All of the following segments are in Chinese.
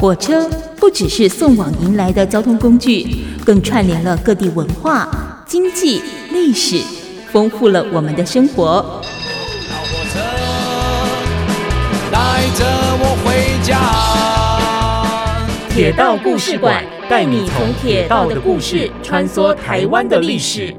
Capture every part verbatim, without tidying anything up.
火车不只是送往迎来的交通工具，更串联了各地文化、经济、历史，丰富了我们的生活。 老火车带着我回家。 铁道故事馆带你从铁道的故事穿梭台湾的历史。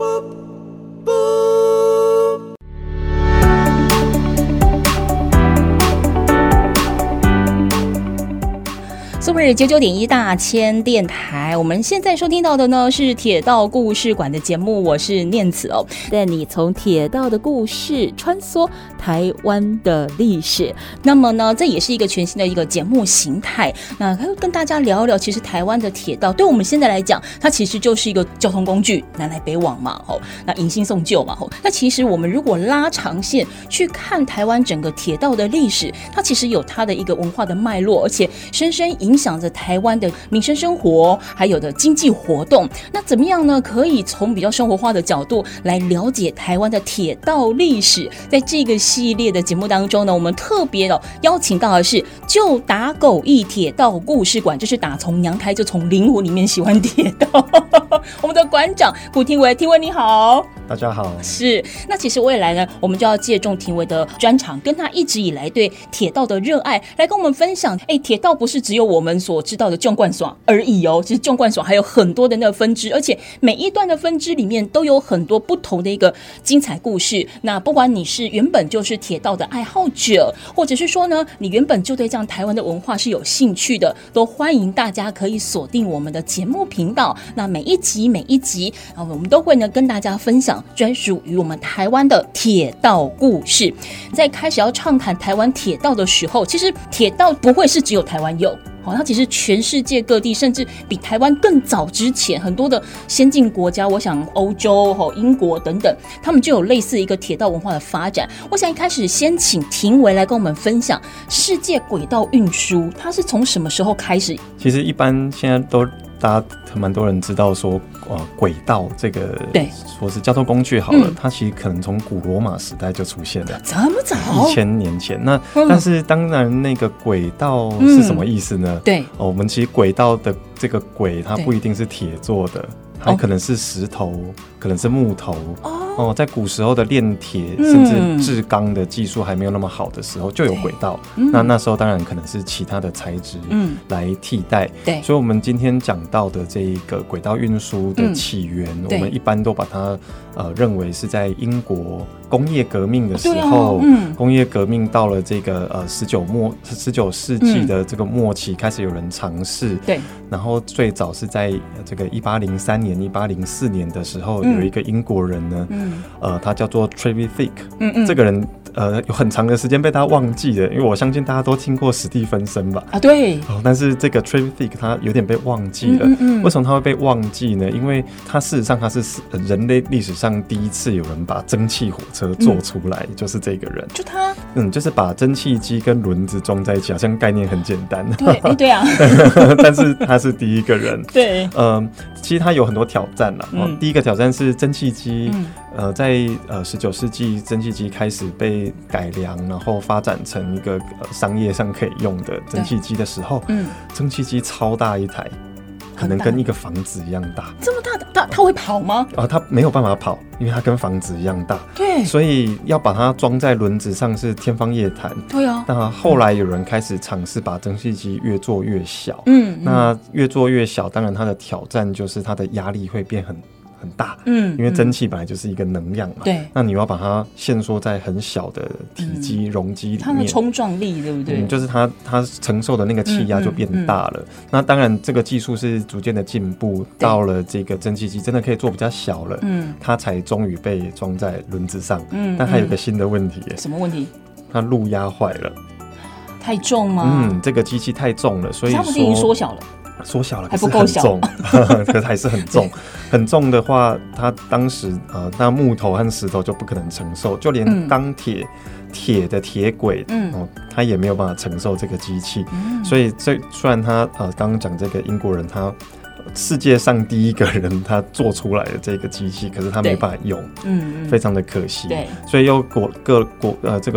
苏日九九点一大千电台，我们现在收听到的呢是铁道故事馆的节目，我是念慈哦，带你从铁道的故事穿梭台湾的历史。那么呢，这也是一个全新的一个节目形态。那跟大家聊一聊，其实台湾的铁道对我们现在来讲，它其实就是一个交通工具，南来北往嘛，吼，那迎新送旧嘛，吼。那其实我们如果拉长线去看台湾整个铁道的历史，它其实有它的一个文化的脉络，而且深深影响着台湾的民生生活，还有的经济活动。那怎么样呢？可以从比较生活化的角度来了解台湾的铁道历史。在这个系列的节目当中呢，我们特别的邀请到的是就打狗驿铁道故事馆，就是打从娘胎就从灵魂里面喜欢铁道。我们的馆长古廷维，廷维你好。 大家好。 是，那其实未来呢，我们就要借重廷维的专长，跟他一直以来对铁道的热爱，来跟我们分享。哎，铁道不是只有我们所知道的纵贯爽而已哦，其实纵贯爽还有很多的那个分支，而且每一段的分支里面都有很多不同的一个精彩故事。那不管你是原本就是铁道的爱好者，或者是说呢，你原本就对这样台湾的文化是有兴趣的，都欢迎大家可以锁定我们的节目频道。那每一集每一集啊，我们都会呢跟大家分享专属于我们台湾的铁道故事。在开始要畅谈台湾铁道的时候，其实铁道不会是只有台湾有。好，它其实全世界各地，甚至比台湾更早之前，很多的先进国家，我想欧洲、英国等等，他们就有类似一个铁道文化的发展。我想一开始先请廷维来跟我们分享世界轨道运输，它是从什么时候开始？ 其实一般现在都大家蛮多人知道说，呃，轨道这个对说是交通工具好了，嗯、它其实可能从古罗马时代就出现了， 这么早？ 一千年前。那、嗯、但是当然，那个轨道是什么意思呢？嗯、 对、 哦，我们其实轨道的这个轨，它不一定是铁做的，它可能是石头，可能是木头。哦，在古时候的炼铁甚至制钢的技术还没有那么好的时候，就有轨道。嗯、那那时候当然可能是其他的材质来替代。对，所以我们今天讲到的这一个轨道运输的起源，嗯、我们一般都把它呃认为是在英国工业革命的时候，啊嗯、工业革命到了这个呃十九末十九世纪的这个末期，嗯、开始有人尝试。对，然后最早是在这个一八零三年、一八零四年的时候，嗯、有一个英国人呢。嗯呃，他叫做 Trevithick，嗯嗯，这个人呃有很长的时间被他忘记了，因为我相信大家都听过史蒂芬森吧？啊，对。哦，但是这个 Trevithick 他有点被忘记了。嗯嗯嗯，为什么他会被忘记呢？因为他事实上他是人类历史上第一次有人把蒸汽火车做出来，嗯、就是这个人。就他？嗯，就是把蒸汽机跟轮子装在一起，好像概念很简单。对，欸、对啊。但是他是第一个人。对。呃，其实他有很多挑战啦。嗯、第一个挑战是蒸汽机。嗯呃，在呃十九世纪，蒸汽机开始被改良，然后发展成一个、呃、商业上可以用的蒸汽机的时候，嗯，蒸汽机超大一台，可能跟一个房子一样大。这么大的，它它会跑吗？啊、呃，它没有办法跑，因为它跟房子一样大。对，所以要把它装在轮子上是天方夜谭。对啊。那后来有人开始尝试把蒸汽机越做越小，嗯，那越做越小，当然它的挑战就是它的压力会变很。很大，嗯，因为蒸汽本来就是一个能量嘛，对，那你要把它限缩在很小的体积、嗯、容积里面，它的冲撞力对不对？嗯、就是它它承受的那个气压就变大了。嗯嗯嗯、那当然，这个技术是逐渐的进步，到了这个蒸汽机真的可以做比较小了，嗯，它才终于被装在轮子上。嗯，但它有个新的问题，什么问题？它路压坏了，太重吗？嗯，这个机器太重了，所以说它不是已经缩小了。缩小了，还不够小，可是还是很重。很重的话，它当时呃，那木头和石头就不可能承受，就连钢铁、铁、嗯、的铁轨，嗯、哦，它也没有办法承受这个机器。嗯、所以这虽然他呃，刚刚讲这个英国人，他世界上第一个人他做出来的这个机器，可是他没办法用，嗯，非常的可惜。对，所以又国各国呃这个。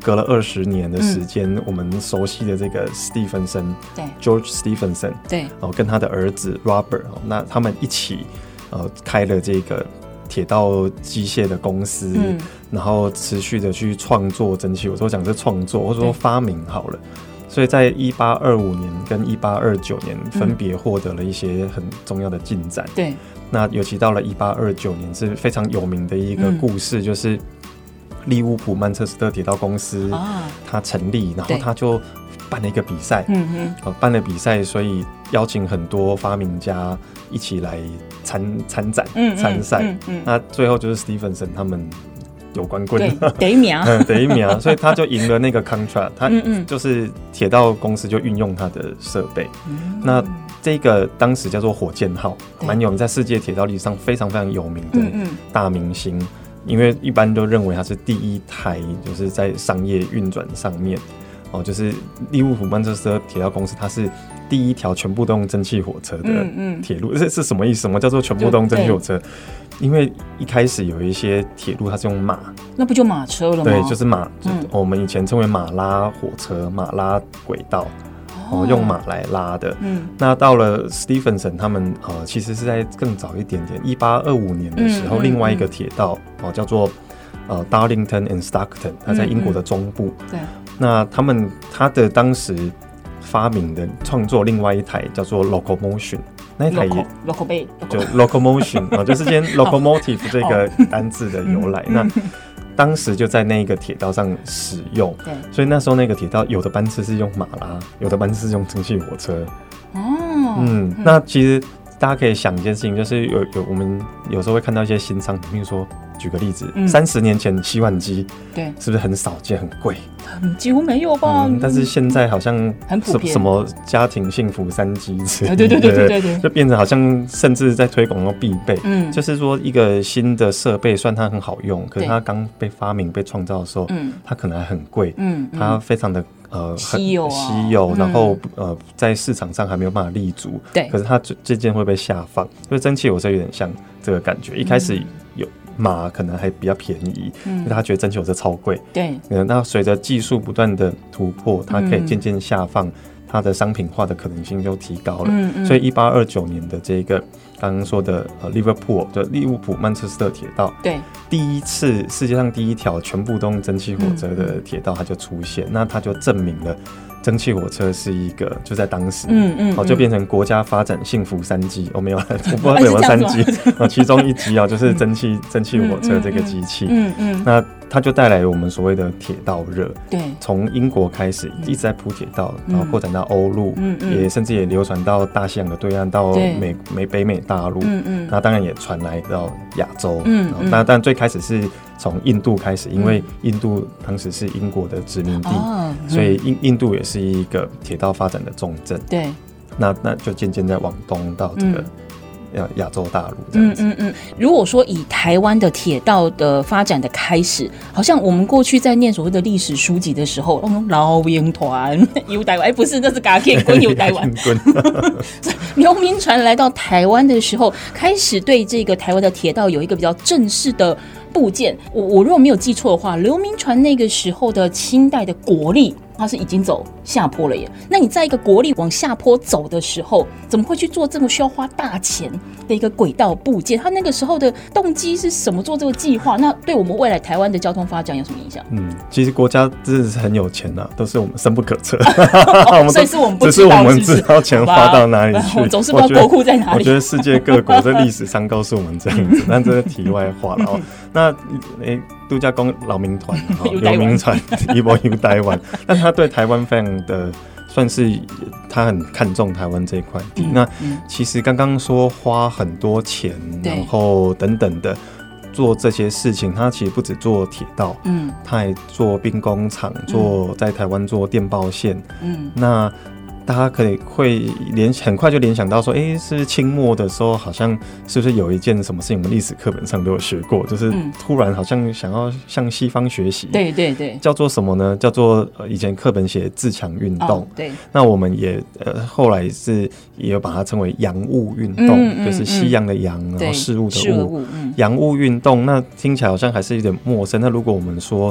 隔了二十年的时间、嗯，我们熟悉的这个史蒂芬森， 对 ，George Stephenson， 对， 哦，跟他的儿子 Robert， 哦，那他们一起呃开了这个铁道机械的公司、嗯，然后持续的去创作蒸汽火车，我讲是创作或者说发明好了。所以在一八二五年跟一八二九年分别获得了一些很重要的进展。对、嗯，那尤其到了一八二九年是非常有名的一个故事，嗯、就是利物浦曼彻斯特铁道公司它成立，然后它就办了一个比赛，嗯嗯，办了比赛，所以邀请很多发明家一起来参参展、参赛、嗯嗯嗯嗯。那最后就是 Stephenson 他们。有冠军， 第一名， 嗯，第一名，所以他就赢了那个 contract， 他就是铁道公司就运用他的设备、嗯。那这个当时叫做火箭号，蛮有名，在世界铁道历史上非常非常有名的大明星，嗯嗯，因为一般都认为它是第一台，就是在商业运转上面，哦，就是利物浦曼彻斯特铁道公司，它是第一条全部都用蒸汽火车的铁路，这、嗯嗯、是什么意思？什么叫做全部都用蒸汽火车？因为一开始有一些铁路它是用马， 那不就马车了吗？ 对，就是马，就我们以前称为马拉火车、马拉轨道，哦，用马来拉的。嗯，那到了 Stephenson 他们呃，其实是在更早一点点，一八二五年的时候，嗯嗯嗯、另外一个铁道哦叫做呃 Darlington and Stockton， 它在英国的中部。嗯嗯、对，那他们他的当时发明的创作另外一台叫做 Locomotion。那一台也 Loco, 就 locomotion 啊，就是今天 locomotive 这个单字的由来。那当时就在那个铁道上使用，所以那时候那个铁道有的班次是用马拉，有的班次是用蒸汽火车。哦，嗯，那其实大家可以想一件事情，就是有有我们有时候会看到一些新商品，比如说举个例子，三十、嗯、年前洗碗机，对，是不是很少见、很贵？ 嗯，几乎没有吧。 嗯，但是现在好像很普遍， 什么家庭幸福三机之类的， 对对对对对对， 就变成好像甚至在推广到必备。嗯，就是说一个新的设备，虽然它很好用，可是它刚被发明、被创造的时候，嗯，它可能还很贵，嗯，它非常的。呃， 稀有、啊， 稀有，然后、嗯、呃，在市场上还没有办法立足。对，可是它这件会被下放，所以蒸汽火车有点像这个感觉。一开始有马可能还比较便宜，嗯，因为他觉得蒸汽火车超贵。对，嗯，那随着技术不断的突破，它可以渐渐下放。它的商品化的可能性就提高了，嗯嗯，所以一八二九年的这个刚刚说的呃 Liverpool 的利物浦曼彻斯特铁道，对，第一次世界上第一条全部都用蒸汽火车的铁道它就出现，嗯嗯，那它就证明了蒸汽火车是一个就在当时，嗯嗯，嗯，就变成国家发展幸福三机，我、哦、没有，我不知道有没有三机，其中一机啊就是蒸汽蒸汽火车这个机器，嗯 嗯, 嗯，那它就带来我们所谓的铁道热，对，从英国开始一直在铺铁道，嗯，然后扩展到欧陆，嗯嗯，也甚至也流传到大西洋的对岸，到美美北美大陆，嗯嗯，那当然也传来到亚洲，嗯嗯，那但最开始是从印度开始，因为印度当时是英国的殖民地，嗯，所以印印度也是一个铁道发展的重镇，对，那那就渐渐在往东到这个。嗯亚洲大陆这样子。嗯嗯嗯。 如果说以台湾的铁道的发展的开始，好像我们过去在念所谓的历史书籍的时候，我们老兵团游台湾，哎，不是，那是嘎 K 滚游台湾。刘铭传来到台湾的时候，开始对这个台湾的铁道有一个比较正式的部件。我我如果没有记错的话，刘铭传那个时候的清代的国力。它是已经走下坡了耶，那你在一个国力往下坡走的时候，怎么会去做这么需要花大钱的一个轨道部件？它那个时候的动机是什么做这个计划？那对我们未来台湾的交通发展有什么影响？ 嗯，其实国家真的是很有钱啊，都是我们深不可测。 哦、所以是我们不知道， 只是我们知道钱花到哪里去， 我总是不知道国库在哪里。 我觉得世界各国在历史上告诉我们这样子，但这是题外话了。那诶。度假宫老民团，刘铭传一波游台湾，但他对台湾非常的算是他很看重台湾这一块地。嗯、那、嗯、其实刚刚说花很多钱，然后等等的做这些事情，他其实不只做铁道，嗯，他还做兵工厂，做在台湾做电报线，嗯，那。大家可以会联很快就联想到说，哎、欸，是清末的时候，好像是不是有一件什么事情，我们历史课本上都有学过，就是突然好像想要向西方学习，对对对，叫做什么呢？叫做呃以前课本写自强运动、哦，对，那我们也呃后来是也有把它称为洋务运动，嗯嗯、就是西洋的洋，然后事物的物，洋务运动，那听起来好像还是有点陌生。那如果我们说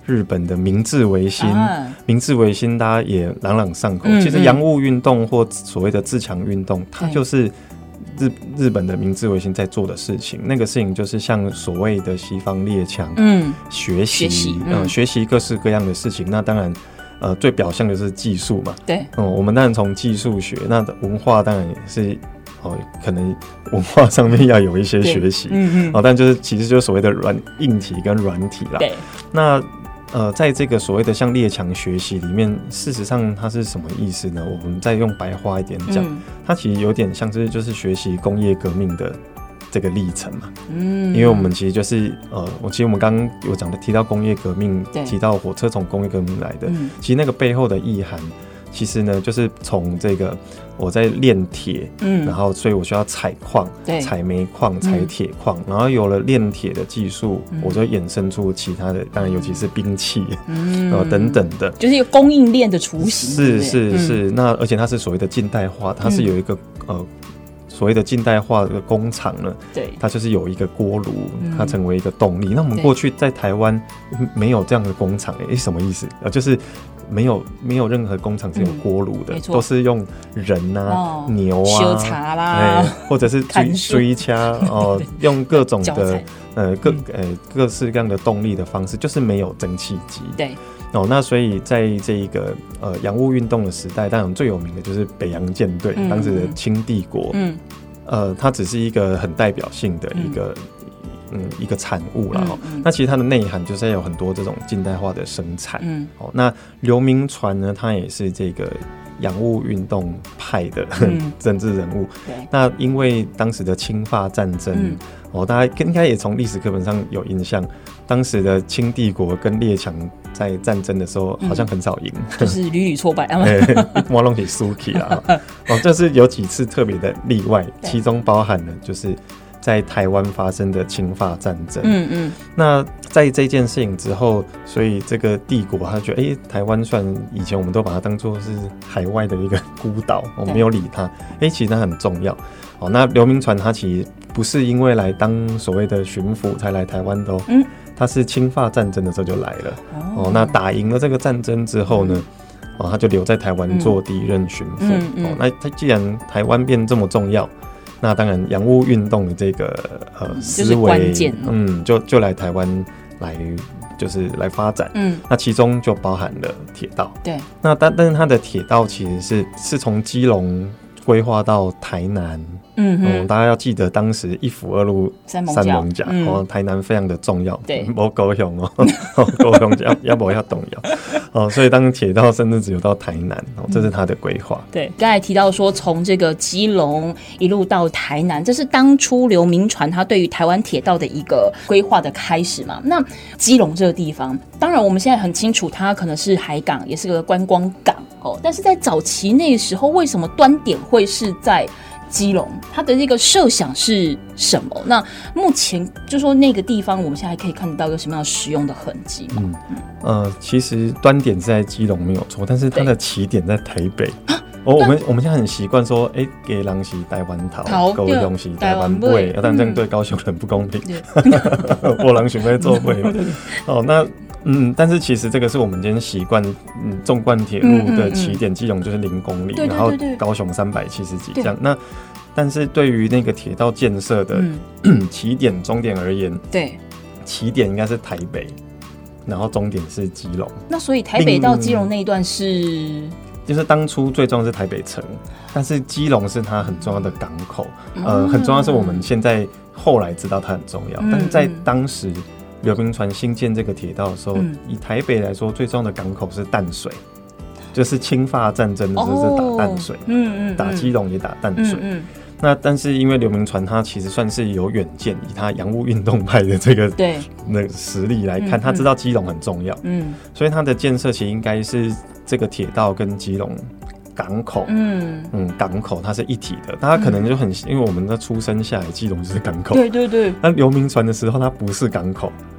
日本的明治维新， 啊、 明治维新大家也朗朗上口。 嗯、 其实洋务运动或所谓的自强运动，它就是日日本的明治维新在做的事情。那个事情就是向所谓的西方列强，嗯，学习，学习，嗯、呃，学习各式各样的事情。那当然，呃，最表象的是技术嘛。 对， 嗯，我们当然从技术学，那文化当然也是。哦，可能文化上面要有一些学习，嗯嗯，哦，但就是其实就是所谓的软硬体跟软体啦。 对， 那呃，在这个所谓的向列强学习里面，事实上它是什么意思呢？我们再用白话一点讲，嗯、它其实有点像是就是学习工业革命的这个历程嘛。嗯，因为我们其实就是呃，我其实我们刚刚有讲的提到工业革命，提到火车从工业革命来的，嗯、其实那个背后的意涵。其实呢，就是从这个我在炼铁，嗯，然后所以我需要采矿、采煤矿、采铁矿，嗯、然后有了炼铁的技术，嗯、我就衍生出其他的，当然尤其是兵器，嗯，呃等等的， 就是一个供应链的雏形。 是是是，嗯、那而且它是所谓的近代化，它是有一个、嗯、呃。所谓的近代化的工厂呢，对，它就是有一个锅炉，它成为一个动力。嗯、那我们过去在台湾没有这样的工厂，哎、欸，什么意思？呃，就是没有没有任何工厂是有锅炉的，嗯、都是用人啊、哦、牛啊、 修茶啦， 欸、或者是追追掐哦，用各种的呃各呃各式各样的动力的方式，就是没有蒸汽机。 对。 哦，那所以在这一个呃洋务运动的时代，当然最有名的就是北洋舰队，嗯、当时的清帝国，嗯，呃，它只是一个很代表性的一个嗯, 嗯一个产物啦。嗯嗯、那其实它的内涵就是有很多这种近代化的生产。嗯，哦，那刘铭传呢，他也是这个洋务运动派的、嗯、政治人物。那因为当时的清法战争。嗯哦，大家应该也从历史课本上有印象，当时的清帝国跟列强在战争的时候好像很少赢、嗯， 就是屡屡挫败啊， 摸弄起输起啦。哦，这是有几次特别的例外，其中包含了就是在台湾发生的清法战争。嗯嗯。那在这件事情之后，所以这个帝国他觉得，哎、欸，台湾算以前我们都把它当作是海外的一个孤岛，我们没有理它。哎、欸，其实它很重要。哦，那刘铭传他其实不是因为来当所谓的巡抚才来台湾的哦，嗯，他是清法战争的时候就来了。哦，哦那打赢了这个战争之后呢，嗯、哦，他就留在台湾做第一任巡抚。嗯嗯、哦，那他既然台湾变这么重要，那当然洋务运动的这个呃思维，嗯，就就来台湾来就是来发展。嗯，那其中就包含了铁道。对，那但但是他的铁道其实是是从基隆规划到台南。嗯, 嗯，大家要记得当时一府二路三艋舺，嗯、哦，台南非常的重要，对，没高雄哦，高雄要要不要动摇哦，所以当铁道甚至只有到台南哦，这是他的规划。对， 刚才提到说从这个基隆一路到台南，这是当初刘铭传他对于台湾铁道的一个规划的开始嘛。那基隆这个地方，当然我们现在很清楚，它可能是海港，也是个观光港哦，但是在早期那个时候，为什么端点会是在基隆，它的这个设想是什么？那目前就说那个地方，我们现在还可以看得到有什么样使用的痕迹吗？嗯呃，其实端点是在基隆没有错，但是它的起点在台北。哦，我们我们现在很习惯说，哎、欸，给人是台湾头，高雄是台湾尾，但这样对高雄人不公平。我人想要做尾。哦，那。嗯，但是其实这个是我们今天习惯，嗯，纵贯铁路的起点，基隆就是零公里，嗯嗯嗯然后高雄三百七十几这样。那但是对于那个铁道建设的、嗯、起点、终点而言，对，起点应该是台北，然后终点是基隆。 那所以台北到基隆那一段是， 就是当初最重要是台北城，但是基隆是它很重要的港口，嗯、呃，很重要是我们现在后来知道它很重要，嗯、但是在当时。刘铭传新建这个铁道的时候、嗯，以台北来说，最重要的港口是淡水，就是清法战争的时候是打淡水，哦、嗯, 嗯, 嗯打基隆也打淡水。嗯嗯那但是因为刘铭传他其实算是有远见，以他洋务运动派的这个对那个实力来看，嗯嗯他知道基隆很重要，嗯，所以他的建设其实应该是这个铁道跟基隆。港口，嗯嗯，港口它是一体的，大家可能就很，嗯、因为我们的出生下来，基隆就是港口， 对对对。 那刘铭传的时候，它不是港口，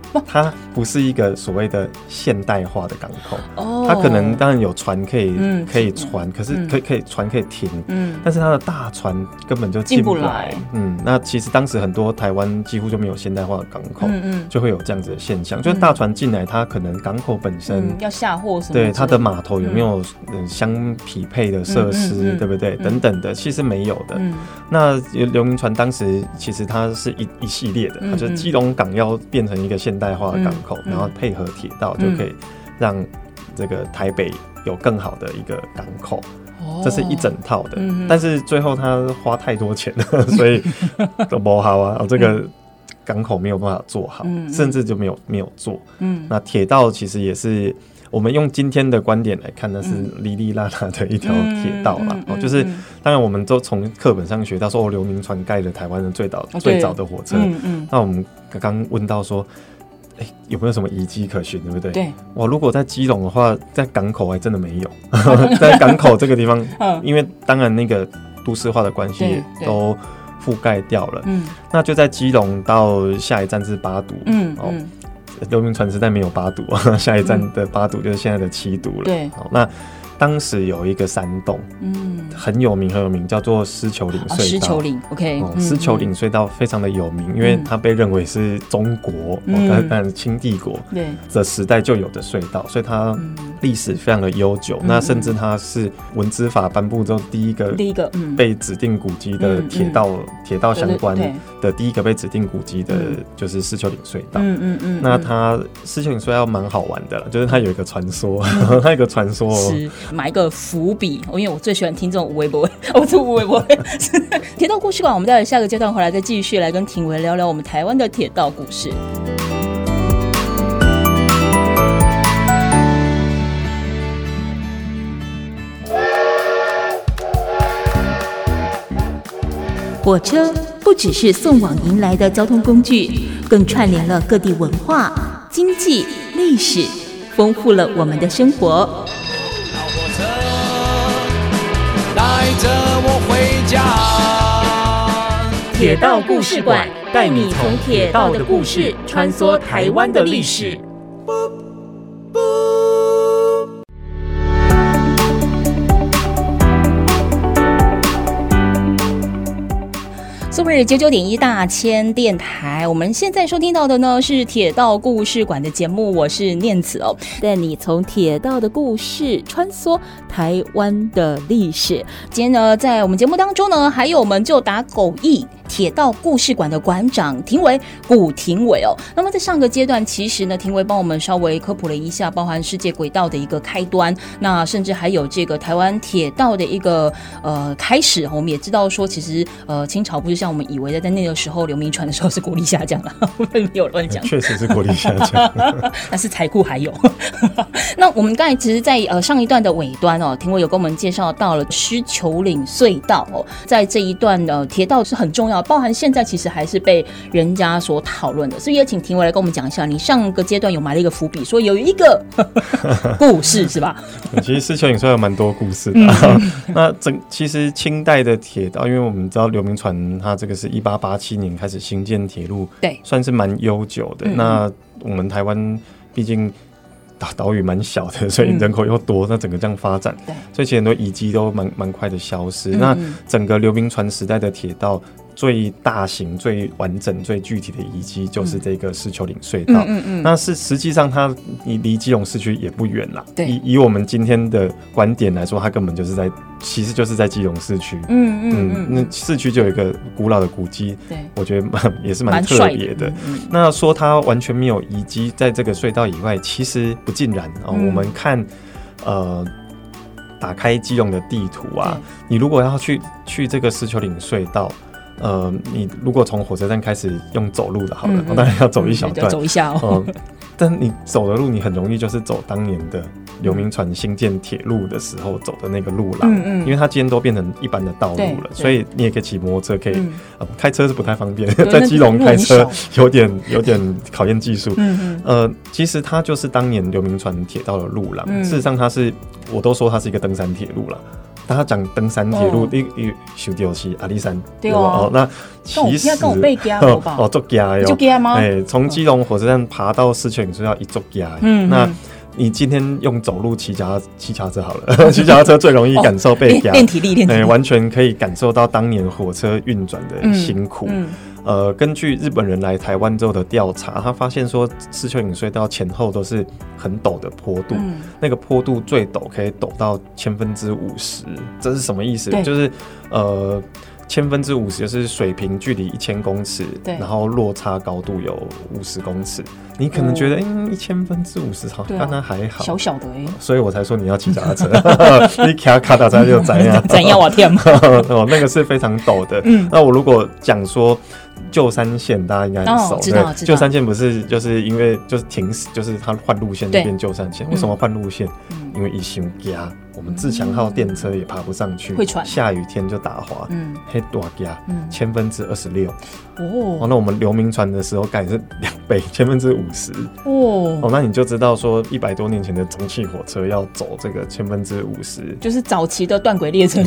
它不是一个所谓的现代化的港口。哦，它可能当然有船可以、嗯、可以船，可是可以可以船可以停，嗯，但是它的大船根本就进不来。嗯，那其实当时很多台湾几乎就没有现代化的港口，嗯嗯，就会有这样子的现象，就是大船进来，它可能港口本身、嗯、 要下货什么， 对它的码头有没有、嗯、相匹配的设施、嗯嗯嗯，对不对？嗯、等等的，其实没有的。嗯、那刘铭传当时其实它是一一系列的，它、嗯、就是基隆港要变成一个现代化的港口，嗯、然后配合铁道就可以让这个台北有更好的一个港口。这是一整套的，嗯、但是最后他花太多钱了，所以都不好啊。这个港口没有办法做好，嗯、甚至就没有没有做。嗯，那铁道其实也是我们用今天的观点来看，那是哩哩啦啦的一条铁道啦。嗯嗯、就是当然我们都从课本上学到说，哦，刘铭传盖了台湾的最早、哦、最早的火车。嗯嗯、那我们刚刚问到说。欸、有没有什么遗迹可循，对不对？对，哇，如果在基隆的话，在港口还真的没有。在港口这个地方，因为当然那个都市化的关系都覆盖掉了。嗯，那就在基隆到下一站是八堵。嗯，哦，刘铭传时代没有八堵啊，下一站的八堵就是现在的七堵了。对，好，那当时有一个山洞，嗯，很有名很有名，叫做狮球岭隧道。狮球岭 ，OK， 狮球岭隧道非常的有名，因为它被认为是中国，嗯，当然清帝国的时代就有的隧道，所以它历史非常的悠久。那甚至它是文资法颁布之后第一个第一个被指定古迹的铁道铁道相关的第一个被指定古迹的，就是狮球岭隧道。嗯嗯嗯。那它狮球岭隧道蛮好玩的，就是它有一个传说，它有一个传说。埋一个伏笔，因为我最喜欢听这种微博，我是微博。铁道故事馆，我们待会下个阶段回来再继续来跟庭维聊聊我们台湾的铁道故事。火车不只是送往迎来的交通工具，更串联了各地文化、经济、历史，丰富了我们的生活。带着我回家。铁道故事馆带你从铁道的故事穿梭台湾的历史。Super 九九点一大千电台，我们现在收听到的呢是铁道故事馆的节目，我是念慈哦，带你从铁道的故事穿梭台湾的历史。今天呢，在我们节目当中呢，还有我们就打狗翼铁道故事馆的馆长庭维古庭维哦。那么在上个阶段，其实呢，庭维帮我们稍微科普了一下，包含世界轨道的一个开端，那甚至还有这个台湾铁道的一个呃开始。我们也知道说，其实呃清朝不是像我们以为的，在那个时候刘铭传的时候是国力下降了，没有乱讲，确实是国力下降，但是财库还有。那我们刚才其实在，在呃上一段的尾端哦，庭维有跟我们介绍到了狮球岭隧道哦，在这一段呃铁道是很重要，包含现在其实还是被人家所讨论的，所以也请庭维来跟我们讲一下，你上个阶段有埋了一个伏笔，说有一个故事是吧？其实狮球岭隧道有蛮多故事的、啊嗯、那整其实清代的铁道，因为我们知道刘铭传他这个是一八八七年开始兴建铁路，对，算是蛮悠久的、嗯、那我们台湾毕竟岛屿蛮小的，所以人口又多、嗯、那整个这样发展，所以其实很多遗迹都蛮蛮快的消失、嗯、那整个刘铭传时代的铁道最大型、最完整、最具体的遗迹就是这个狮球岭隧道。嗯嗯嗯，那是实际上它离基隆市区也不远啦。对，以以我们今天的观点来说，它根本就是在，其实就是在基隆市区。嗯嗯 嗯, 嗯，那市区就有一个古老的古迹，对，我觉得也是蛮特别的。嗯嗯，那说它完全没有遗迹在这个隧道以外，其实不尽然哦。嗯、我们看，呃。打开基隆的地图啊，你如果要去去这个狮球岭隧道，呃，你如果从火车站开始用走路的好了，嗯嗯、当然要走一小段，嗯、走一下哦。嗯，但你走的路，你很容易就是走当年的刘铭传兴建铁路的时候走的那个路廊，嗯嗯，因为它今天都变成一般的道路了，所以你也可以骑摩托车，可以、嗯呃、开车是不太方便，在基隆开车有点有点考验技术。嗯嗯，呃，其实它就是当年刘铭传铁道的路廊、嗯，事实上它是，我都说它是一个登山铁路啦。 大家讲登山铁路，你你想到是阿里山， 对哦。 那其实跟我背家好吧？ 哦，足加哟， 足加吗？ 哎，从基隆火车站爬到狮球岭是要一足加。嗯，那你今天用走路、骑脚骑脚踏车好了，骑脚踏车最容易感受被夹， 练体力，练体力， 完全可以感受到当年火车运转的辛苦。嗯嗯呃，根据日本人来台湾之后的调查，他发现说狮球岭隧道前后都是很陡的坡度，嗯、那个坡度最陡可以陡到千分之五十，这是什么意思？就是呃。千分之五十就是水平距离一千公尺，然后落差高度有五十公尺。你可能觉得，嗯，一千分之五十好像那还好， 小小的哎、欸， 所以我才说你要骑脚踏车，你骑卡达车就怎样怎样我天哦，那个是非常陡的。嗯，那我如果讲说旧山线，大家应该很熟， 哦、知道知道。 旧山线不是就是因为就是停驶，就是它换路线就变旧山线。为什么换路线？嗯、因为一休假。我们自强号电车也爬不上去， 会喘， 下雨天就打滑，嗯，黑大家，嗯，千分之二十六， 哦， 那我们流民船的时候盖是两倍，千分之五十，哦，哦，那你就知道说一百多年前的蒸汽火车要走这个千分之五十， 就是早期的断轨列车，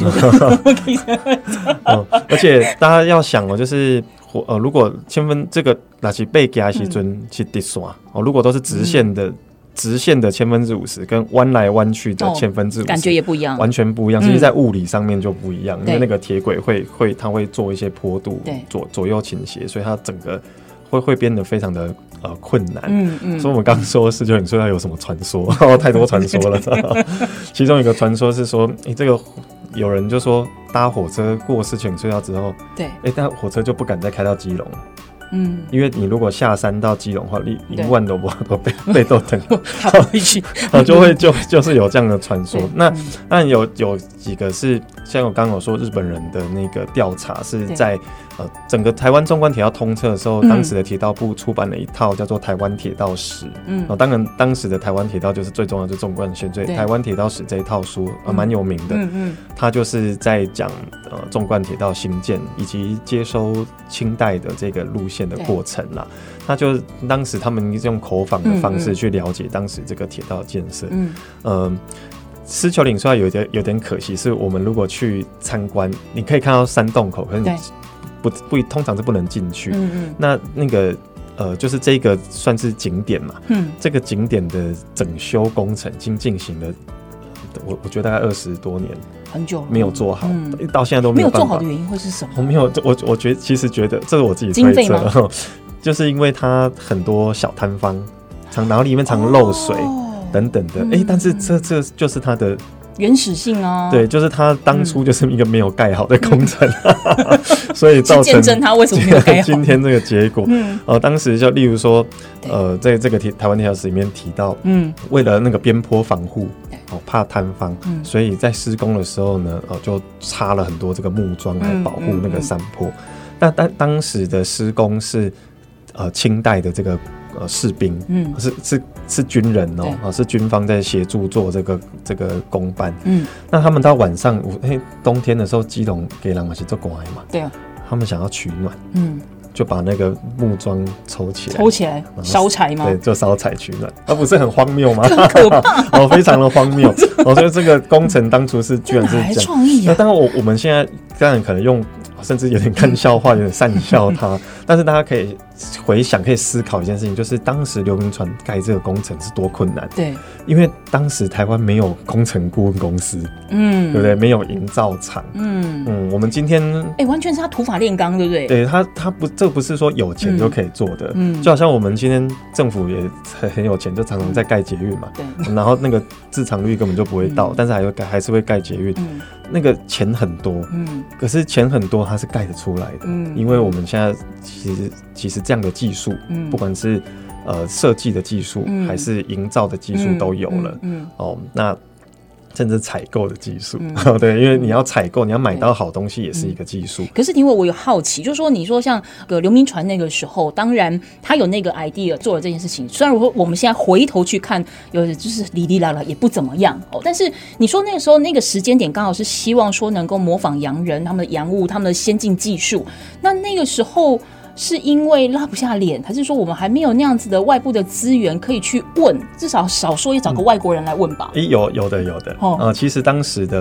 哦，而且大家要想哦，就是呃，如果千分这个那是被夹时阵去直线哦，如果都是直线的。嗯直线的千分之五十跟弯来弯去的千分之五十， 感觉也不一样， 完全不一样。其实，在物理上面就不一样，嗯、因为那个铁轨会会它会做一些坡度，左左右倾斜，所以它整个会会变得非常的呃困难。嗯嗯。所以我们刚刚说狮球岭隧道有什么传说？太多传说了。其中一个传说是说，哎、欸，这个有人就说搭火车过狮球岭隧道之后， 对， 哎、欸，但火车就不敢再开到基隆。嗯，因为你如果下山到基隆的话，你一万都不都被被都等， 他不会去， 就会就就是有这样的传说。那那有有几个是像我刚刚有说日本人的那个调查是在呃整个台湾纵贯铁道通车的时候，当时的铁道部出版了一套叫做《台湾铁道史》。嗯，当然当时的台湾铁道就是最重要的就是纵贯线，所以《台湾铁道史》这一套书啊蛮有名的。嗯嗯，它就是在讲呃纵贯铁道兴建以及接收清代的这个路线的过程啦，那就当时他们用口访的方式去了解当时这个铁道建设。嗯，呃，狮球岭虽然有点有点可惜，是我们如果去参观，你可以看到山洞口，可是你不不通常是不能进去。嗯嗯，那那个呃，就是这个算是景点嘛。嗯，这个景点的整修工程已经进行了，我我觉得大概二十多年。 很久了没有做好，嗯、到现在都没有办法。 没有做好的原因会是什么？ 我没有，我我觉得其实觉得这是我自己推测，就是因为它很多小摊方，常然后里面常漏水、哦、等等的，哎、嗯欸，但是这这就是它的原始性啊， 对，就是它当初就是一个没有盖好的工程，嗯、所以造成见证它为什么没有盖好今天这个结果。嗯，呃，当时就例如说，呃，在这个台湾铁道史里面提到，嗯，为了那个边坡防护。哦，怕坍方、嗯，所以在施工的时候呢，呃，就插了很多这个木桩来保护那个山坡。嗯嗯嗯、但当当时的施工是呃清代的这个呃士兵，嗯，是是是军人哦，啊是军方在协助做这个这个工办。嗯，那他们到晚上，哎、欸，冬天的时候，基隆给人嘛是做乖嘛， 对啊， 他们想要取暖，嗯。就把那个木桩抽起来， 抽起来烧柴吗？ 对，就烧柴取暖，那、啊、不是很荒谬吗？ 很可怕哦，非常的荒谬。我觉得这个工程当初是居然是这样创意啊！ 那当然我，我我们现在当然可能用，甚至有点看笑话，有点讪笑它。但是大家可以回想，可以思考一件事情，就是当时流民船盖这个工程是多困难。 对， 因为当时台湾没有工程顾问公司，嗯，对不对？没有营造厂，嗯嗯，我们今天哎、欸，完全是他土法炼钢，对不对？ 对他，他不，这不是说有钱就可以做的，嗯，就好像我们今天政府也很有钱，就常常在盖捷运嘛，对，然后那个自偿率根本就不会到，嗯、但是还会盖，还是会盖捷运，嗯，那个钱很多，嗯，可是钱很多，它是盖得出来的，嗯，因为我们现在其实其实这样的技术，嗯，不管是呃设计的技术，嗯，还是营造的技术都有了，嗯，嗯哦，那甚至采购的技术，嗯、对，因为你要采购，你要买到好东西也是一个技术。 嗯、可是因为我有好奇，就是说，你说像个流民船那个时候，当然他有那个 idea 做了这件事情，虽然我我们现在回头去看，有就是哩哩啦啦也不怎么样哦，但是你说那个时候那个时间点刚好是希望说能够模仿洋人他们的洋务、他们的先进技术，那那个时候。是因为拉不下脸，还是说我们还没有那样子的外部的资源可以去问？至少少说也找个外国人来问吧。 嗯、有有的有的、哦呃、其实当时的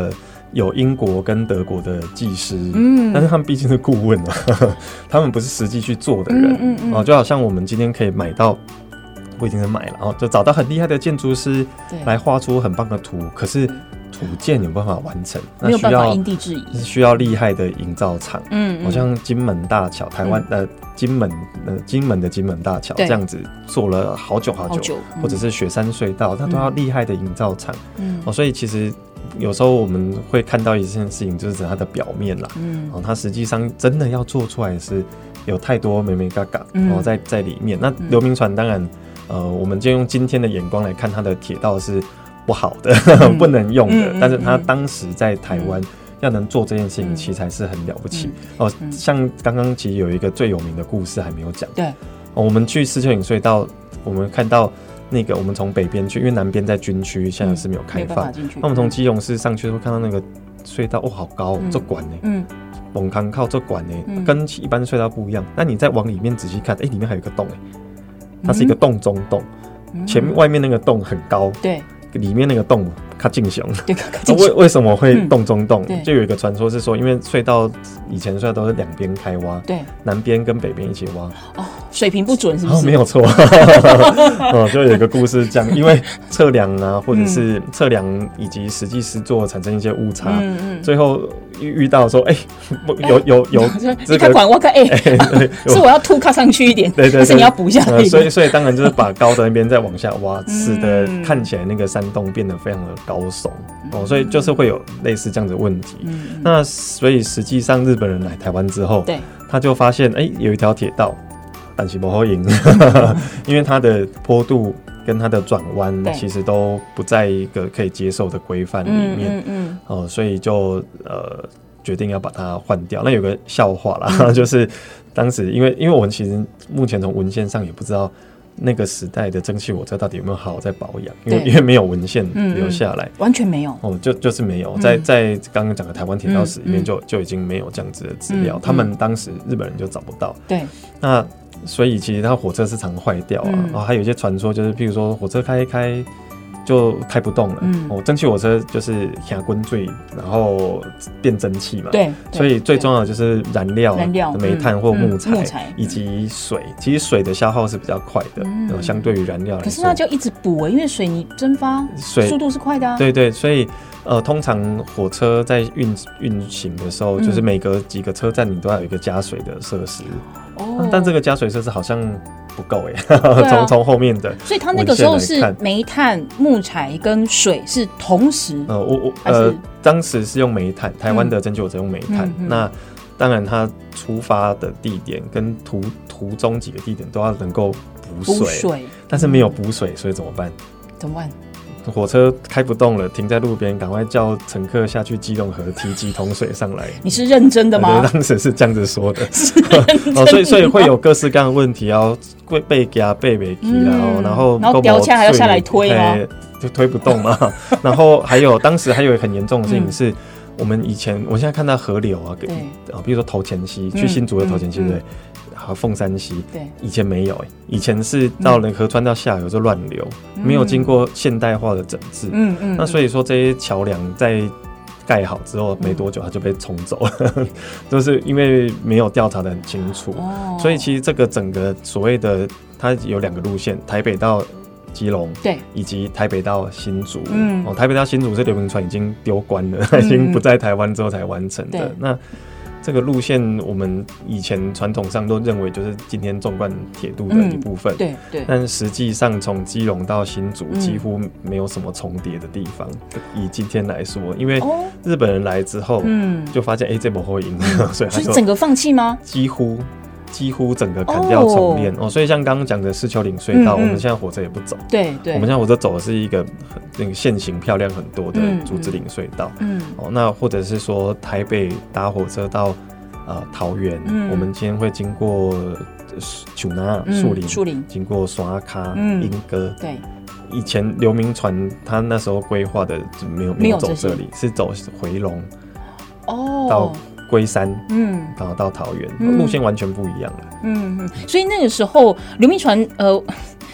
有英国跟德国的技师，嗯，但是他们毕竟是顾问啊，呵呵他们不是实际去做的人，嗯嗯嗯、哦，就好像我们今天可以买到，不一定是买了，哦，就找到很厉害的建筑师来画出很棒的图，可是土建有没有办法完成？ 没有办法因地制宜， 是需要厉害的营造厂，嗯，好像金门大桥，台湾、嗯、呃金门呃金门的金门大桥这样子做了好久好久，好久嗯、或者是雪山隧道，它都要厉害的营造厂，嗯，哦，所以其实。有时候我们会看到一件事情，就是它的表面啦，嗯，哦，它实际上真的要做出来是有太多眉眉角角哦在在里面。那刘铭传当然，呃，我们就用今天的眼光来看，它的铁道是不好的，嗯、不能用的，嗯、但是它当时在台湾要能做这件事情，其实还是很了不起、嗯、哦。像刚刚其实有一个最有名的故事还没有讲，对、哦，我们去狮丘岭隧道，我们看到。那个我们从北边去，因为南边在军区，现在是没有开放。嗯、那我们从基隆市上去会看到那个隧道，哦，好高，这管呢，嗯，猛康靠这管呢，嗯、跟一般隧道不一样。那你再往里面仔细看，哎、欸，里面还有一个洞，哎，它是一个洞中洞，嗯、前面外面那个洞很高，对，里面那个洞它进雄，对，为为什么会洞中洞？嗯、就有一个传说是说，因为隧道以前隧道都是两边开挖，对，南边跟北边一起挖， 哦。水平不准是不是？ 哦、没有错，哦，就有一个故事讲，因为测量啊，或者是测量以及实际施作产生一些误差，嗯嗯、最后遇到说，哎、欸，有有有， 你看管我看，哎、欸，是我要凸靠上去一点，对 对, 对，还是你要补下来、呃？ 所以所以当然就是把高的那边再往下挖，使得看起来那个山洞变得非常的高耸哦，所以就是会有类似这样的问题。嗯、那所以实际上日本人来台湾之后，对，他就发现，哎、欸，有一条铁道。但是不好赢，因为它的坡度跟它的转弯其实都不在一个可以接受的规范里面，嗯嗯嗯呃，所以就呃决定要把它换掉。那有个笑话啦，嗯、就是当时因为因为我们其实目前从文献上也不知道那个时代的蒸汽火车到底有没有好好在保养，因为因为没有文献留下来，嗯嗯、 完全没有哦，就就是没有，在在刚刚讲的台湾铁道史里面就、嗯、就已经没有这样子的资料，嗯、他们当时日本人就找不到，对，那。所以其实它火车是常坏掉啊，嗯、然后还有一些传说，就是譬如说火车开一开就开不动了，嗯、哦，蒸汽火车就是下滚坠，然后变蒸汽嘛，对，所以最重要的就是燃料、燃料煤炭或木材，嗯、木材以及水。其实水的消耗是比较快的，嗯、相对于燃料来说。 可是那就一直补、欸，因为水你蒸发，水速度是快的啊。 对对，所以。呃，通常火车在运运行的时候，嗯、就是每隔几个车站你都要有一个加水的设施。哦，但这个加水设施好像不够哎，从从、啊、后面的， 所以它那个时候是煤炭、木材跟水是同时。 呃，我我呃，当时是用煤炭，台湾的蒸汽火车用煤炭。嗯、那当然，它出发的地点跟途途中几个地点都要能够补水，水但是没有补水，所以怎么办？ 怎么办？ 火车开不动了，停在路边，赶快叫乘客下去基隆河提几桶水上来。 你是认真的吗？ 当时是这样子说的， 是认真的、 哦、所以所以会有各式各样的问题，要被夹背不起，然后然后然后吊起来还要下来推吗？ 就推不动嘛。然后还有当时还有很严重的事情是。嗯我们以前，我现在看到河流啊，啊，比如说头前溪，去新竹的头前溪，嗯、对，还有凤山溪，对，以前没有、欸，以前是到了河川到下游就乱流，嗯、没有经过现代化的整治，嗯嗯，那所以说这些桥梁在盖好之后没多久，它就被冲走了，就是因为没有调查得很清楚，哦、所以其实这个整个所谓的它有两个路线，台北到。基隆对，以及台北到新竹，嗯，哦，台北到新竹是刘铭传已经丢官了，嗯、已经不在台湾之后才完成的。那这个路线，我们以前传统上都认为就是今天纵贯铁路的一部分，嗯、对对。但实际上从基隆到新竹几乎没有什么重叠的地方。嗯、以今天来说，因为日本人来之后，嗯，就发现哎、欸，这不会赢，所以他就整个放弃吗？ 几乎。几乎整个砍掉重练 哦, 哦，所以像刚刚讲的狮丘岭隧道，嗯嗯我们现在火车也不走，对对，我们现在火车走的是一个那个线型漂亮很多的竹子岭隧道，嗯, 嗯哦，那或者是说台北搭火车到呃桃园，嗯、我们今天会经过树林、树林、树林，经过刷卡、莺歌，对。以前刘铭传他那时候规划的没有没有走这里，是走回龙哦到。龟山，嗯，然后到桃园，嗯、路线完全不一样了。 嗯，所以那个时候刘铭传，呃，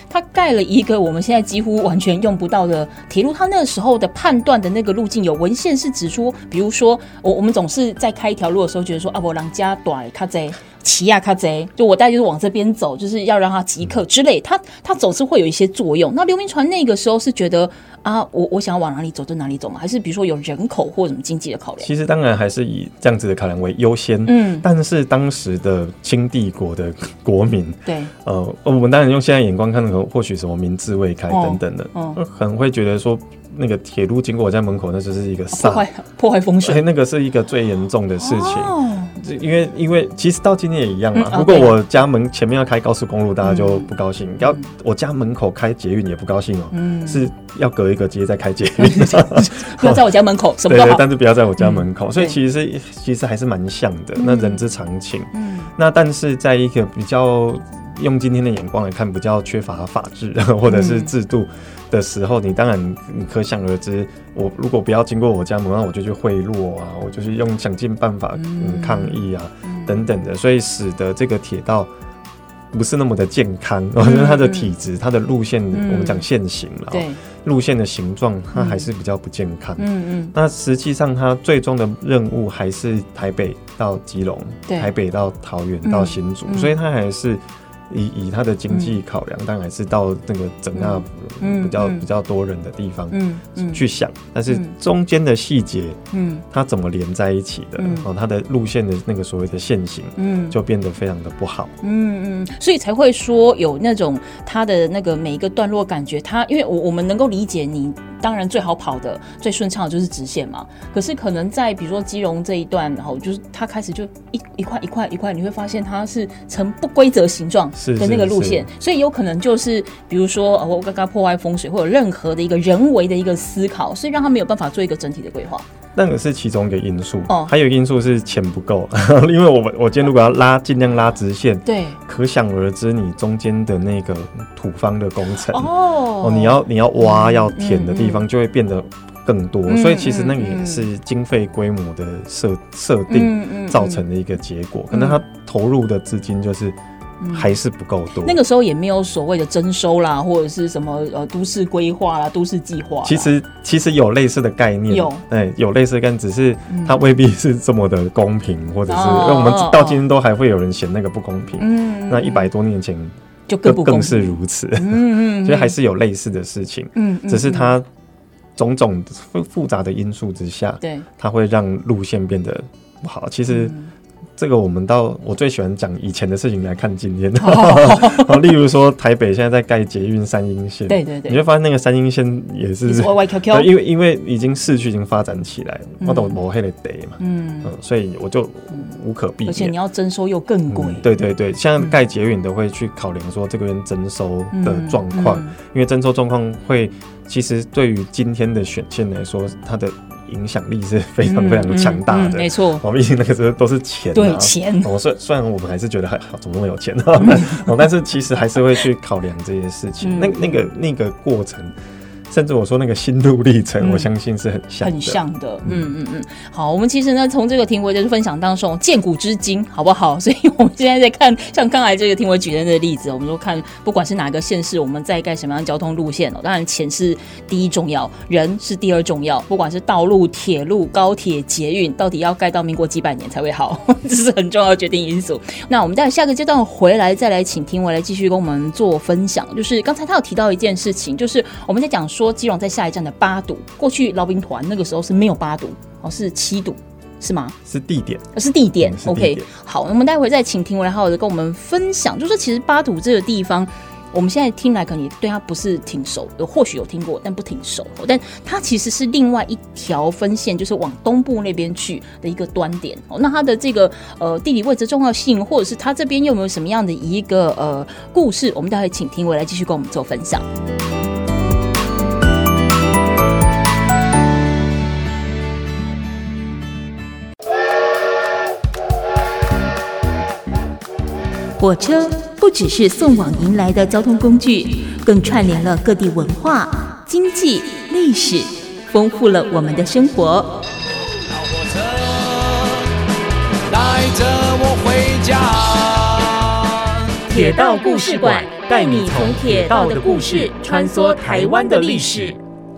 他盖了一个我们现在几乎完全用不到的铁路，他那个时候的判断的那个路径有文献是指出，比如说我我们总是在开一条路的时候觉得说啊，我人家短卡贼骑啊卡贼，就我大概就是往这边走，就是要让他即刻之类，他他总是会有一些作用。那刘铭传那个时候是觉得啊，我我想要往哪里走就哪里走嘛，还是比如说有人口或什么经济的考量？ 其实当然还是以这样子的考量为优先，嗯，但是当时的清帝国的国民， 对， 呃，我们当然用现在眼光看，或许什么民智未开等等的，嗯，可能会觉得说。那个铁路经过我家门口，那就是一个破坏破坏风水， 那个是一个最严重的事情。哦、因为因为其实到今天也一样嘛。 嗯、 如果我家门前面要开高速公路，大家就不高兴；要、嗯、我家门口开捷运也不高兴哦、喔。嗯，是要隔一个街再开捷运， 不要在我家门口，什么都好。 对对，但是不要在我家门口。嗯、所以其实其实还是蛮像的，嗯、那人之常情。嗯，那但是在一个比较用今天的眼光来看，比较缺乏法治或者是制度。的时候，你当然你可想而知，我如果不要经过我家门，那我就去贿赂啊，我就去用想尽办法、嗯、抗议啊、嗯、等等的，所以使得这个铁道不是那么的健康，我觉得它的体质、它的路线，嗯、我们讲线型了，对，路线的形状它还是比较不健康。嗯嗯，那实际上它最终的任务还是台北到基隆，台北到桃园到新竹，嗯、所以它还是。以以它的经济考量，当然是到那个整个比较、嗯、比较多人的地方去想，嗯嗯、但是中间的细节，嗯，它怎么连在一起的，嗯、哦，它的路线的那个所谓的线型，嗯，就变得非常的不好， 嗯嗯，所以才会说有那种它的那个每一个段落感觉它，因为我我们能够理解你。当然最好跑的最顺畅的就是直线嘛，可是可能在比如说基隆这一段，然后就是它开始就一一块一块一块，你会发现它是呈不规则形状的那个路线，所以有可能就是比如说我刚刚破坏风水或者任何的一个人为的一个思考，所以让它没有办法做一个整体的规划。 那个是其中一个因素，哦、还有一个因素是钱不够，因为我我今天如果要拉尽量拉直线，对，可想而知你中间的那个土方的工程，哦，哦你要你要挖、嗯、要填的地方就会变得更多，嗯、所以其实那个也是经费规模的设设定造成的一个结果，嗯嗯嗯、可能他投入的资金就是。还是不够多。 那个时候也没有所谓的征收啦，或者是什么呃都市规划啦、都市计划。 其实其实有类似的概念， 有对有类似的概念，只是它未必是这么的公平，嗯、或者是、哦、因为我们到今天都还会有人嫌那个不公平。嗯，那一百多年前就更不公平， 更是如此。嗯嗯，所以还是有类似的事情。嗯，只是它种种复杂的因素之下，对，它会让路线变得不好。其实。嗯这个我们到我最喜欢讲以前的事情来看今天，哦、例如说台北现在在盖捷运三鶯线，对对对，你会发现那个三鶯线也是歪歪 Q Q， 因为因为已经市区已经发展起来，我懂抹黑的得嘛，嗯嗯，所以我就无可避免， 而且你要征收又更贵、嗯， 对对对，像盖捷运都会去考量说这个边征收的状况，嗯嗯、因为征收状况会其实对于今天的选线来说，它的。影响力是非常非常强大的，嗯嗯、 没错。 我们毕竟那个时候都是钱、啊， 对钱。 哦，虽虽然我们还是觉得还好，怎么会有钱、啊哦？但是其实还是会去考量这些事情。嗯、那那个那个过程。甚至我说那个心路历程、嗯，我相信是很像的， 很像的。嗯嗯嗯。好，我们其实呢，从这个庭惟的分享当中，见古知今，好不好？所以我们现在在看，像刚才这个庭惟举的那个例子，我们说看，不管是哪个县市，我们在盖什么样的交通路线哦，当然钱是第一重要，人是第二重要。不管是道路、铁路、高铁、捷运，到底要盖到民国几百年才会好，这是很重要的决定因素。那我们待下个阶段回来，再来请庭惟来继续跟我们做分享。就是刚才他有提到一件事情，就是我们在讲说。说基隆在下一站的八堵，过去劳兵团那个时候是没有八堵，哦，是七堵，是吗？ 是地点， 是地点。 嗯、 OK， 好，我们待会再请庭惟好好的跟我们分享，就是其实八堵这个地方，我们现在听来可能也对它不是挺熟，或许有听过，但不挺熟。但它其实是另外一条分线，就是往东部那边去的一个端点。那它的这个呃地理位置重要性，或者是它这边有没有什么样的一个呃故事，我们待会请庭惟来继续跟我们做分享。火车不只是送往迎来的交通工具，更串联了各地文化、经济、历史，丰富了我们的生活。 老火车带着我回家。 铁道故事馆，带你从铁道的故事穿梭台湾的历史。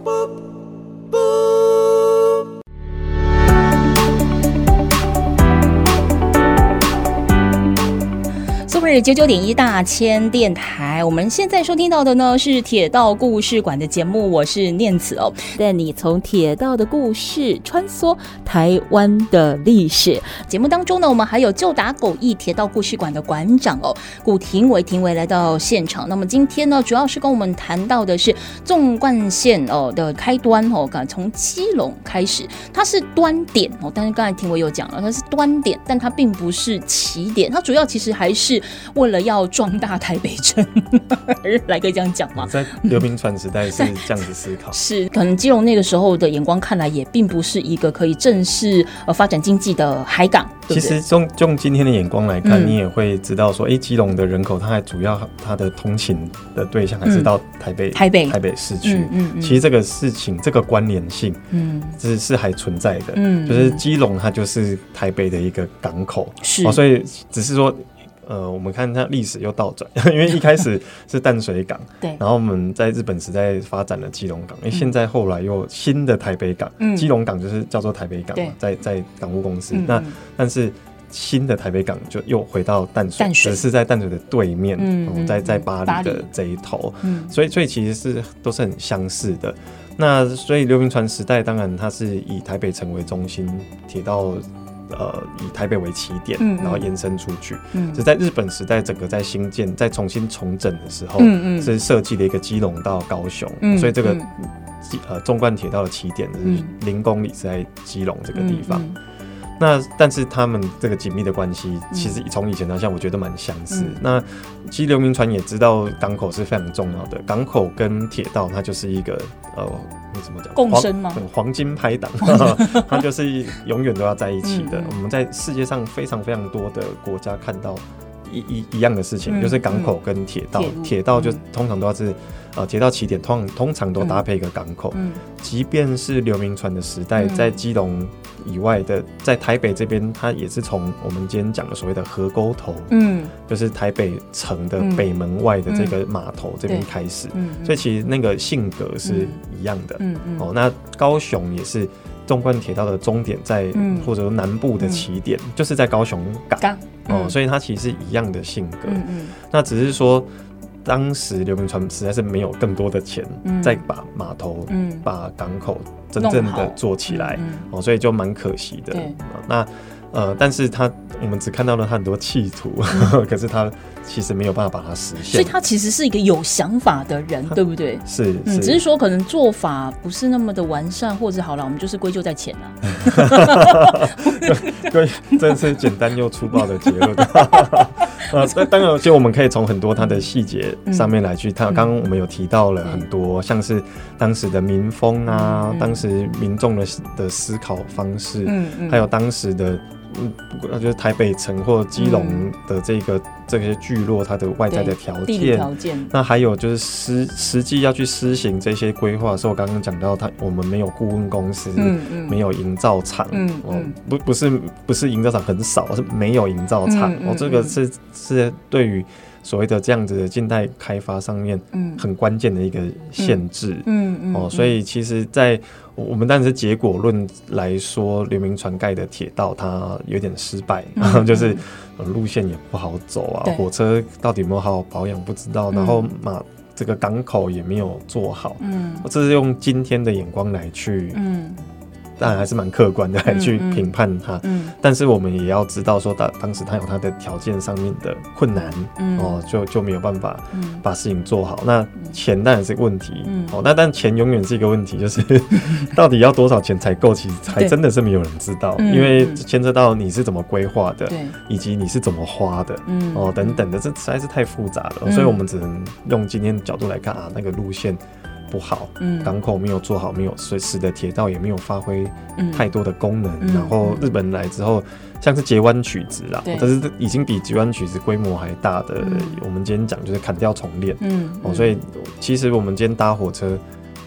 九九点一大千电台，我们现在收听到的呢是铁道故事馆的节目，我是念慈哦，带你从铁道的故事穿梭台湾的历史。节目当中呢，我们还有就打狗驿铁道故事馆的馆长哦，古廷伟廷伟来到现场。那么今天呢，主要是跟我们谈到的是纵贯线哦的开端哦，从基隆开始，它是端点哦，但是刚才廷伟有讲了，它是端点，但它并不是起点，它主要其实还是为了要壮大台北城来可以这样讲吗？ 在刘铭传时代是这样子思考是可能基隆那个时候的眼光看来也并不是一个可以正式、呃、发展经济的海港，对不对？ 其实用用今天的眼光来看、嗯、你也会知道说，哎，基隆的人口它还主要它的通勤的对象还是到台北、嗯、台北台北市区、嗯嗯嗯、其实这个事情这个关联性嗯是是还存在的，嗯，就是基隆它就是台北的一个港口，是、哦、所以只是说呃，我们看它历史又倒转，因为一开始是淡水港，对，然后我们在日本时代发展了基隆港，因为现在后来又新的台北港，嗯、基隆港就是叫做台北港嘛，在在港务公司，嗯、那但是新的台北港就又回到淡水，只是在淡水的对面，嗯嗯、在在巴黎的这一头，嗯、所以所以其实是都是很相似的。那所以刘铭传时代，当然它是以台北城为中心，铁道。呃，以台北为起点，嗯嗯、然后延伸出去。嗯，是在日本时代，整个在新建、在重新重整的时候，嗯嗯、是设计了一个基隆到高雄，嗯、所以这个、嗯、呃纵贯铁道的起点是零公里是在基隆这个地方。嗯嗯那但是他们这个紧密的关系，其实从以前到现在，我觉得蛮相似。嗯、那其实刘铭传也知道港口是非常重要的，港口跟铁道它就是一个呃，怎么讲？ 共生吗？ 黄金拍档，它就是永远都要在一起的。嗯嗯、我们在世界上非常非常多的国家看到一一一样的事情，嗯、就是港口跟铁道，铁、嗯、道就通常都要是。呃，铁道起点通通常都搭配一个港口，嗯、即便是刘铭传的时代，嗯、在基隆以外的，在台北这边，它也是从我们今天讲的所谓的河沟头，嗯，就是台北城的北门外的这个码头这边开始，嗯、所以其实那个性格是一样的，嗯嗯、哦，那高雄也是纵贯铁道的终点在，嗯、或者说南部的起点，嗯、就是在高雄港，港嗯、哦，所以它其实是一样的性格，嗯嗯、那只是说。当时刘铭传实在是没有更多的钱，嗯、再把码头、嗯、把港口真正的做起来，嗯哦、所以就蛮可惜的。那呃，但是他我们只看到了他很多企图，嗯、可是他其实没有办法把它实现。 所以他其实是一个有想法的人，对不对？ 是， 嗯， 是只是说可能做法不是那么的完善，或者好了，我们就是归咎在钱了。 对，真是简单又粗暴的结论。呃，当然，其实我们可以从很多它的细节上面来去看。刚刚、嗯、我们有提到了很多，像是当时的民风啊，嗯、当时民众的的思考方式，嗯嗯、还有当时的。嗯，就是台北城或基隆的这个、嗯、这些聚落，它的外在的条件，地理条件。那还有就是实实际要去施行这些规划的时候，我刚刚讲到它，我们没有顾问公司，嗯嗯、没有营造厂，嗯嗯哦、不不是不是营造厂很少，是没有营造厂。嗯嗯、哦，这个是是对于所谓的这样子的近代开发上面，很关键的一个限制。嗯嗯、哦，所以其实，在我们当然是结果论来说，刘铭传盖的铁道它有点失败，嗯、就是、呃、路线也不好走啊，火车到底有没有好好保养不知道，嗯、然后马这个港口也没有做好，嗯，这是用今天的眼光来去，嗯。当然还是蛮客观的来去评判它，嗯嗯、但是我们也要知道说，当当时他有他的条件上面的困难，嗯、哦，就就没有办法把事情做好。嗯、那钱当然是个问题，嗯、哦，那但钱永远是一个问题，就是到底要多少钱才够，其实还真的是没有人知道，因为牵涉到你是怎么规划的，以及你是怎么花的，嗯、哦，等等的，这实在是太复杂了，嗯、所以我们只能用今天的角度来看啊，那个路线。不好，嗯、港口没有做好，没有所以使得铁道也没有发挥太多的功能。嗯、然后日本来之后，像是截弯曲直啦，但是已经比截弯曲直规模还大的。嗯、我们今天讲就是砍掉重练，嗯哦，所以其实我们今天搭火车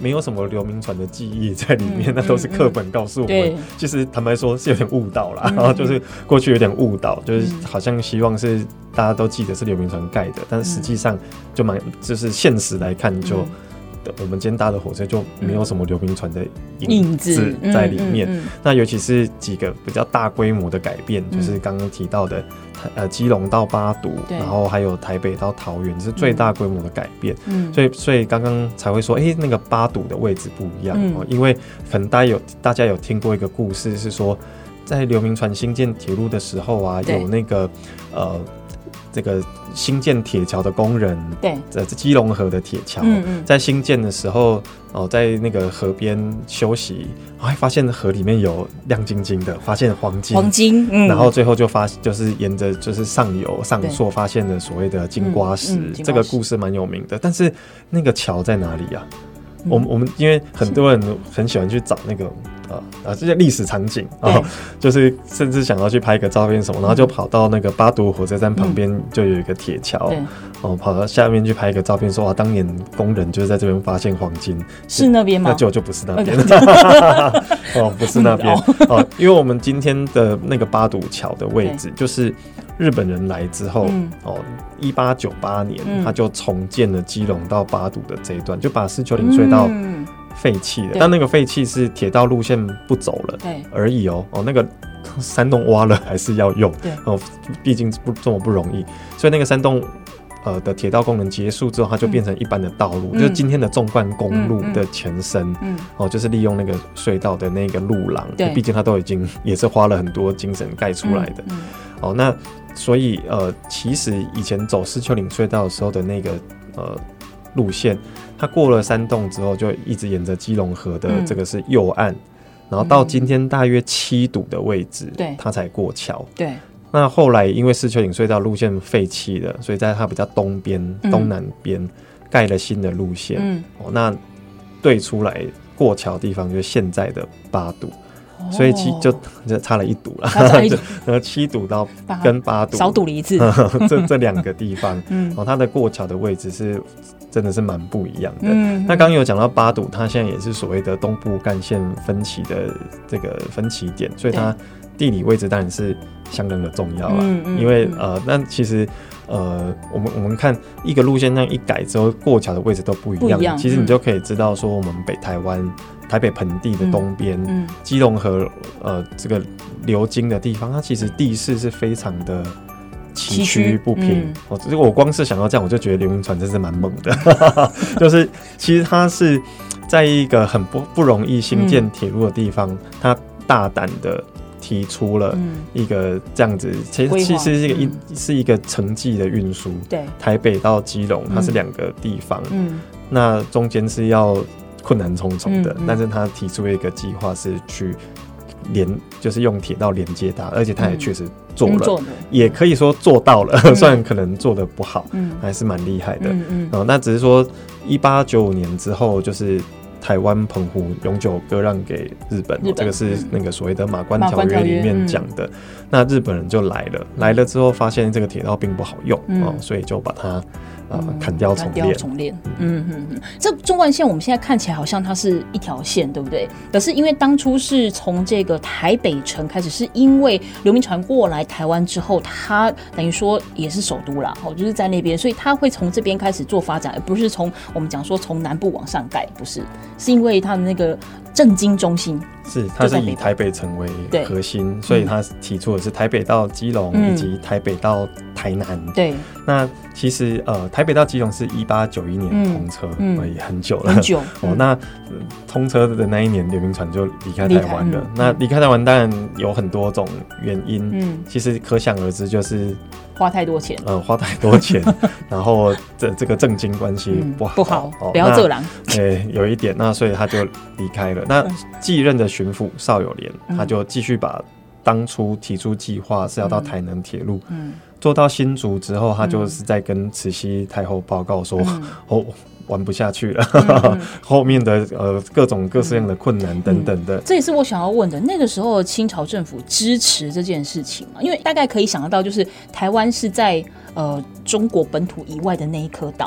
没有什么刘铭传的记忆在里面，嗯、那都是课本告诉我们。其实坦白说是有点误导啦，然后、嗯、就是过去有点误导，就是好像希望是大家都记得是刘铭传盖的，但是实际上就蛮就是现实来看就。嗯我们今天搭的火车就没有什么刘铭传的影子在里面，嗯嗯嗯、那尤其是几个比较大规模的改变，嗯、就是刚刚提到的，呃，基隆到八堵，然后还有台北到桃园，是最大规模的改变。嗯、所以，所以刚刚才会说，哎、欸，那个八堵的位置不一样、嗯、因为可能大家有大家有听过一个故事，是说在刘铭传新建铁路的时候啊，有那个呃。这个新建铁桥的工人，对，这基隆河的铁桥，嗯嗯在新建的时候，哦，在那个河边休息，还发现河里面有亮晶晶的，发现黄金，黄金，嗯、然后最后就发，就是沿着就是上游上溯发现了所谓的金瓜石，嗯嗯、这个故事蛮有名的。但是那个桥在哪里啊？嗯、我们我们因为很多人很喜欢去找那个。啊，这些历史场景啊，就是甚至想要去拍个照片什么，然后就跑到那个八堵火车站旁边就有一个铁桥，嗯、哦，跑到下面去拍一个照片，说哇，当年工人就是在这边发现黄金， 是那边吗？ 那就就不是那边，哦，不是那边哦，因为我们今天的那个八堵桥的位置，就是日本人来之后，嗯、哦，一八九八年、嗯、他就重建了基隆到八堵的这一段，就把狮丘岭隧道。嗯废弃了，但那个废弃是铁道路线不走了而已哦。哦，那个山洞挖了还是要用，哦，毕竟不这么不容易，所以那个山洞呃的铁道功能结束之后，它就变成一般的道路，嗯、就是今天的纵贯公路的前身。嗯，哦，就是利用那个隧道的那个路廊，毕竟它都已经也是花了很多精神盖出来的。嗯嗯、哦，那所以呃，其实以前走狮丘岭隧道的时候的那个呃。路线，它过了山洞之后，就一直沿着基隆河的这个是右岸，嗯、然后到今天大约七堵的位置，对、嗯，它才过桥。对，那后来因为狮丘岭隧道路线废弃了，所以在它比较东边、嗯、东南边盖了新的路线。嗯，哦，那对出来过桥的地方就是现在的八堵。所以其就就差了一堵了，然后七堵到跟八堵少堵了一次， 这这两个地方，嗯、哦，它的过桥的位置是真的是蛮不一样的。嗯、那刚刚有讲到八堵，它现在也是所谓的东部干线分歧的这个分歧点，所以它地理位置当然是相当的重要啊。嗯嗯、因为呃，那其实呃，我们我们看一个路线那样一改之后，过桥的位置都不一样，不一样其实你就可以知道说，我们北台湾。台北盆地的东边，嗯嗯、基隆河呃这个流经的地方，它其实地势是非常的崎岖不平。嗯、哦，这个我光是想到这样，我就觉得刘铭传真是蛮猛的，就是其实他是在一个很不不容易兴建铁路的地方，嗯、他大胆的提出了一个这样子，其实其实是一个一、嗯、是一个城际的运输，对，台北到基隆，它是两个地方，嗯、那中间是要。困难重重的，嗯嗯、但是他提出一个计划是去连，就是用铁道连接它，而且他也确实做了，嗯、做也可以说做到了，嗯、虽然可能做得不好，嗯、还是蛮厉害的。嗯嗯哦、那只是说一八九五年之后，就是台湾澎湖永久割让给日本，日本这个是那个所谓的马关条约里面讲的。嗯、那日本人就来了，来了之后发现这个铁道并不好用，嗯哦、所以就把它。呃、砍掉重练， 重练，嗯嗯嗯，这纵贯线我们现在看起来好像它是一条线，对不对？可是因为当初是从这个台北城开始，是因为刘铭传过来台湾之后，他等于说也是首都啦，哦，就是在那边，所以他会从这边开始做发展，而不是从我们讲说从南部往上盖，不是，是因为他的那个政经中心。 是，他是以台北城为核心，所以他提出的是台北到基隆，嗯、以及台北到台南。对，那其实呃，台北到基隆是一八九一年通车，嗯，也、嗯、很久了， 很久。 嗯、哦，那、呃、通车的那一年，刘铭传就离开台湾了。嗯、那离开台湾当然有很多种原因，嗯，其实可想而知，就是花太多钱， 呃，花太多钱，然后这这个政经关系不好，嗯、不好，哦、不要做人。 对，有一点，那所以他就离开了。那继任的巡抚邵友莲，他就继续把当初提出计划是要到台南铁路，嗯，做到新竹之后，他就是在跟慈禧太后报告说，嗯、哦，玩不下去了，嗯、后面的呃各种各式样的困难等等的、嗯。 这也是我想要问的，那个时候清朝政府支持这件事情吗？因为大概可以想得到，就是台湾是在呃中国本土以外的那一颗岛。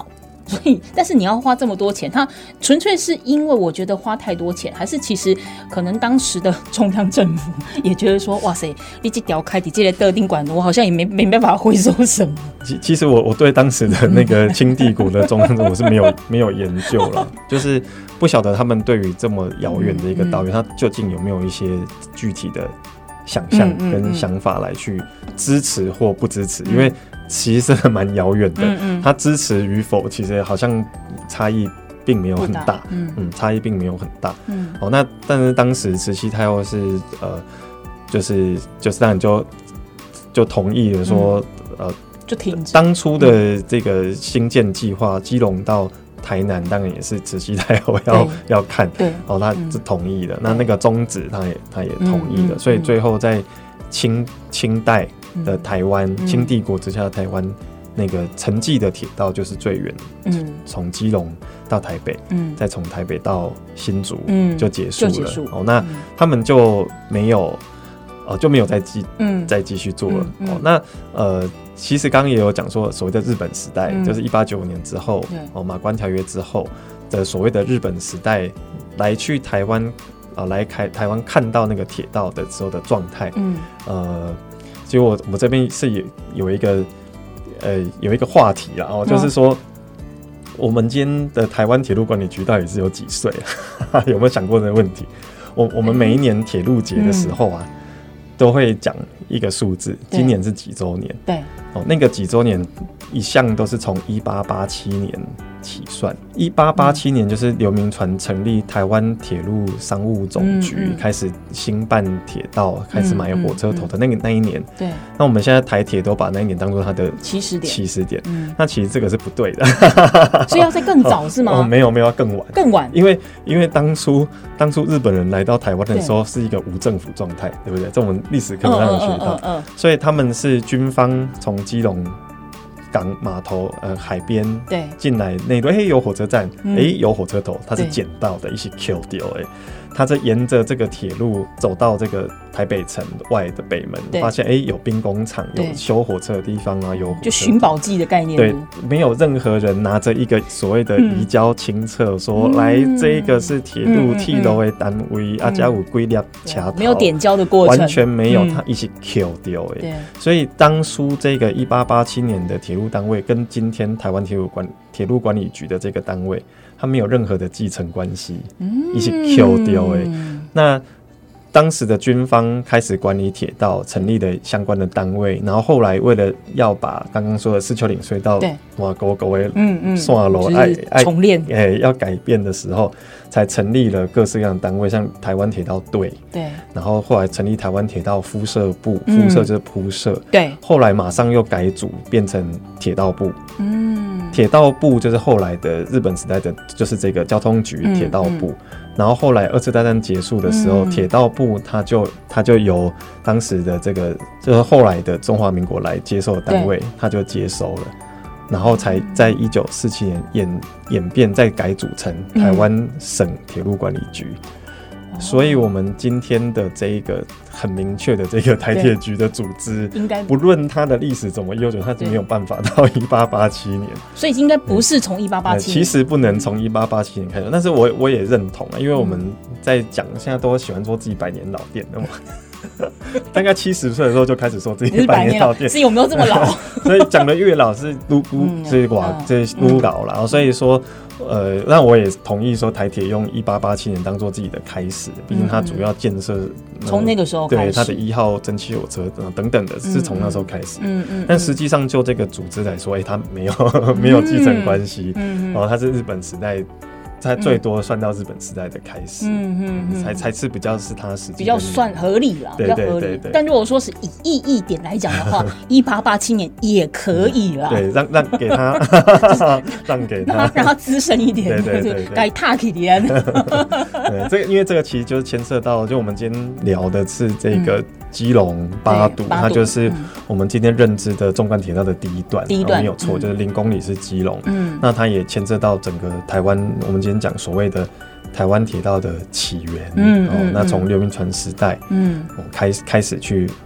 所以但是你要花这么多钱，它纯粹是因为我觉得花太多钱，还是其实可能当时的中央政府也觉得说，哇塞，你这条开的这个特定馆，我好像也没没办法回收什么。 其其实我我对当时的那个清帝国的中央政府是没有没有研究了，就是不晓得他们对于这么遥远的一个岛屿，它究竟有没有一些具体的想象跟想法来去支持或不支持，因为其实真的蛮遥远的，它支持与否其实好像差异并没有很大，嗯嗯，差异并没有很大，嗯，哦，那但是当时慈禧太后是呃，就是就是当然就就同意了说，嗯、呃， 就停止当初的这个兴建计划，基隆到台南当然也是慈禧太后要要看，对，哦，他是同意的。嗯、那那个宗旨他也他也同意的，嗯嗯、所以最后在清清代的台湾，嗯、清帝国之下的台湾，那个城际的铁道就是最远，嗯，从基隆到台北，嗯，再从台北到新竹，嗯，就结束了。就结束哦，那、嗯、他们就没有，呃，就没有再继嗯再继续做了。嗯嗯、哦，那呃。其实刚刚也有讲说，所谓的日本时代，嗯、就是一八九五年之后，哦，马关条约之后的所谓的日本时代，来去台湾啊、呃，来开台湾看到那个铁道的时候的状态，嗯，呃，其实我我这边是有有一个呃有一个话题啦，哦，就是说、哦、我们今天的台湾铁路管理局到底是有几岁啊？有没有想过这个问题？我我们每一年铁路节的时候啊。嗯都会讲一个数字，今年是几周年？对，哦，那个几周年一向都是从一八八七年起算。一八八七年就是刘铭传成立台湾铁路商务总局，嗯嗯、开始兴办铁道，开始买火车头的那个、嗯嗯、那一年。对，那我们现在台铁都把那一年当作它的起始点。起始点，嗯、那其实这个是不对的。 所以要再更早是吗？ 哦，没有没有，要更晚。 更晚， 因为因为当初当初日本人来到台湾的时候是一个无政府状态，对不对？这我们历史课本上有学到，嗯嗯嗯嗯、所以他们是军方从基隆港码头呃海边进来那一段，哎、欸、有火车站，哎、嗯欸、有火车头，它是捡到的，一起 Q 掉哎，它这沿着这个铁路走到这个台北城外的北门，发现哎、欸、有兵工厂，有修火车的地方啊，有火车就寻宝记的概念， 对，没有任何人拿着一个所谓的移交清册、嗯、说来这个是铁路铁路的单位，啊加有几粒卡头， 没有点交的过程， 完全没有，它一起 Q 掉哎，所以当初这个一八八七年的铁路单位跟今天台湾铁路管铁路管理局的这个单位，它没有任何的继承关系，一起 Q 掉哎。那当时的军方开始管理铁道，成立了相关的单位，然后后来为了要把刚刚说的四丘岭隧道哇狗狗的线路爱重练， 哎要改变的时候，才成立了各式各样的单位，像台湾铁道队，对，然后后来成立台湾铁道敷设部，敷设就是铺设，对，后来马上又改组变成铁道部，嗯，铁道部就是后来的日本时代的，就是这个交通局铁道部。嗯嗯，然后后来二次大战结束的时候，铁、嗯、道部它就它就由当时的这个就是后来的中华民国来接受的单位，它就接收了，然后才在一九四七年演演变再改组成台湾省铁路管理局。嗯、所以我们今天的这一个很明确的这个台铁局的组织，应该不论它的历史怎么悠久，它就没有办法到一八八七年， 所以应该不是从一八八七年、嗯， 其实不能从一八八七年开始，但是我我也认同啊，因为我们在讲现在都喜欢说自己百年老店的嘛。大概七十岁的时候就开始说自己百年老店， 是有没有这么老？ 所以讲的越老是撸撸这寡这撸老了，所以说呃，那我也同意说台铁用一八八七年当做自己的开始，毕竟它主要建设从、嗯、那个时候开始， 对它的一号蒸汽火车等等的是从那时候开始，嗯嗯，但实际上就这个组织来说，哎、欸，它没有没有继承关系，嗯嗯，然后它是日本时代。它最多算到日本时代的开始，嗯嗯嗯，才才是比较是它实际比较算合理啦， 对对对对。 但如果说是以意义点来讲的话，一八八七年也可以啦， 对，让让给他，让给他， 让他资深一点， 对对对， 该踏起点。 对，这个因为这个其实就是牵涉到，就我们今天聊的是这个基隆八堵，它就是我们今天认知的纵贯铁道的第一段，第一段没有错，就是零公里是基隆，嗯，那它也牵涉到整个台湾，我们今天讲所谓的台湾铁道的起源，嗯，哦，那从刘铭传时代，嗯，开开始去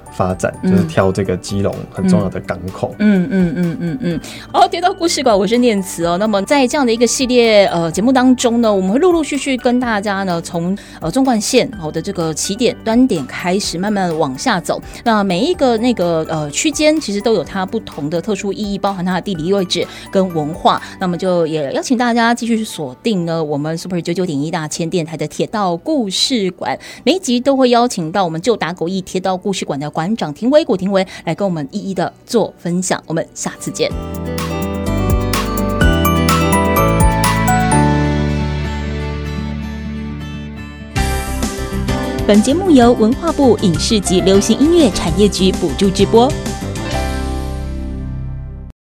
发展，就是挑这个基隆很重要的港口。 嗯嗯嗯嗯嗯。好，铁道故事馆，我是念慈哦。那么在这样的一个系列呃节目当中呢，我们会陆陆续续跟大家呢从呃纵贯线好的这个起点端点开始，慢慢往下走。那每一个那个呃区间其实都有它不同的特殊意义，包含它的地理位置跟文化。那么就也邀请大家继续锁定呢我们 Super 九九点一大千电台的铁道故事馆，每一集都会邀请到我们就打狗驿铁道故事馆的馆长庭维古庭维来跟我们一一的做分享。我们下次见。本节目由文化部影视及流行音乐产业局补助直播。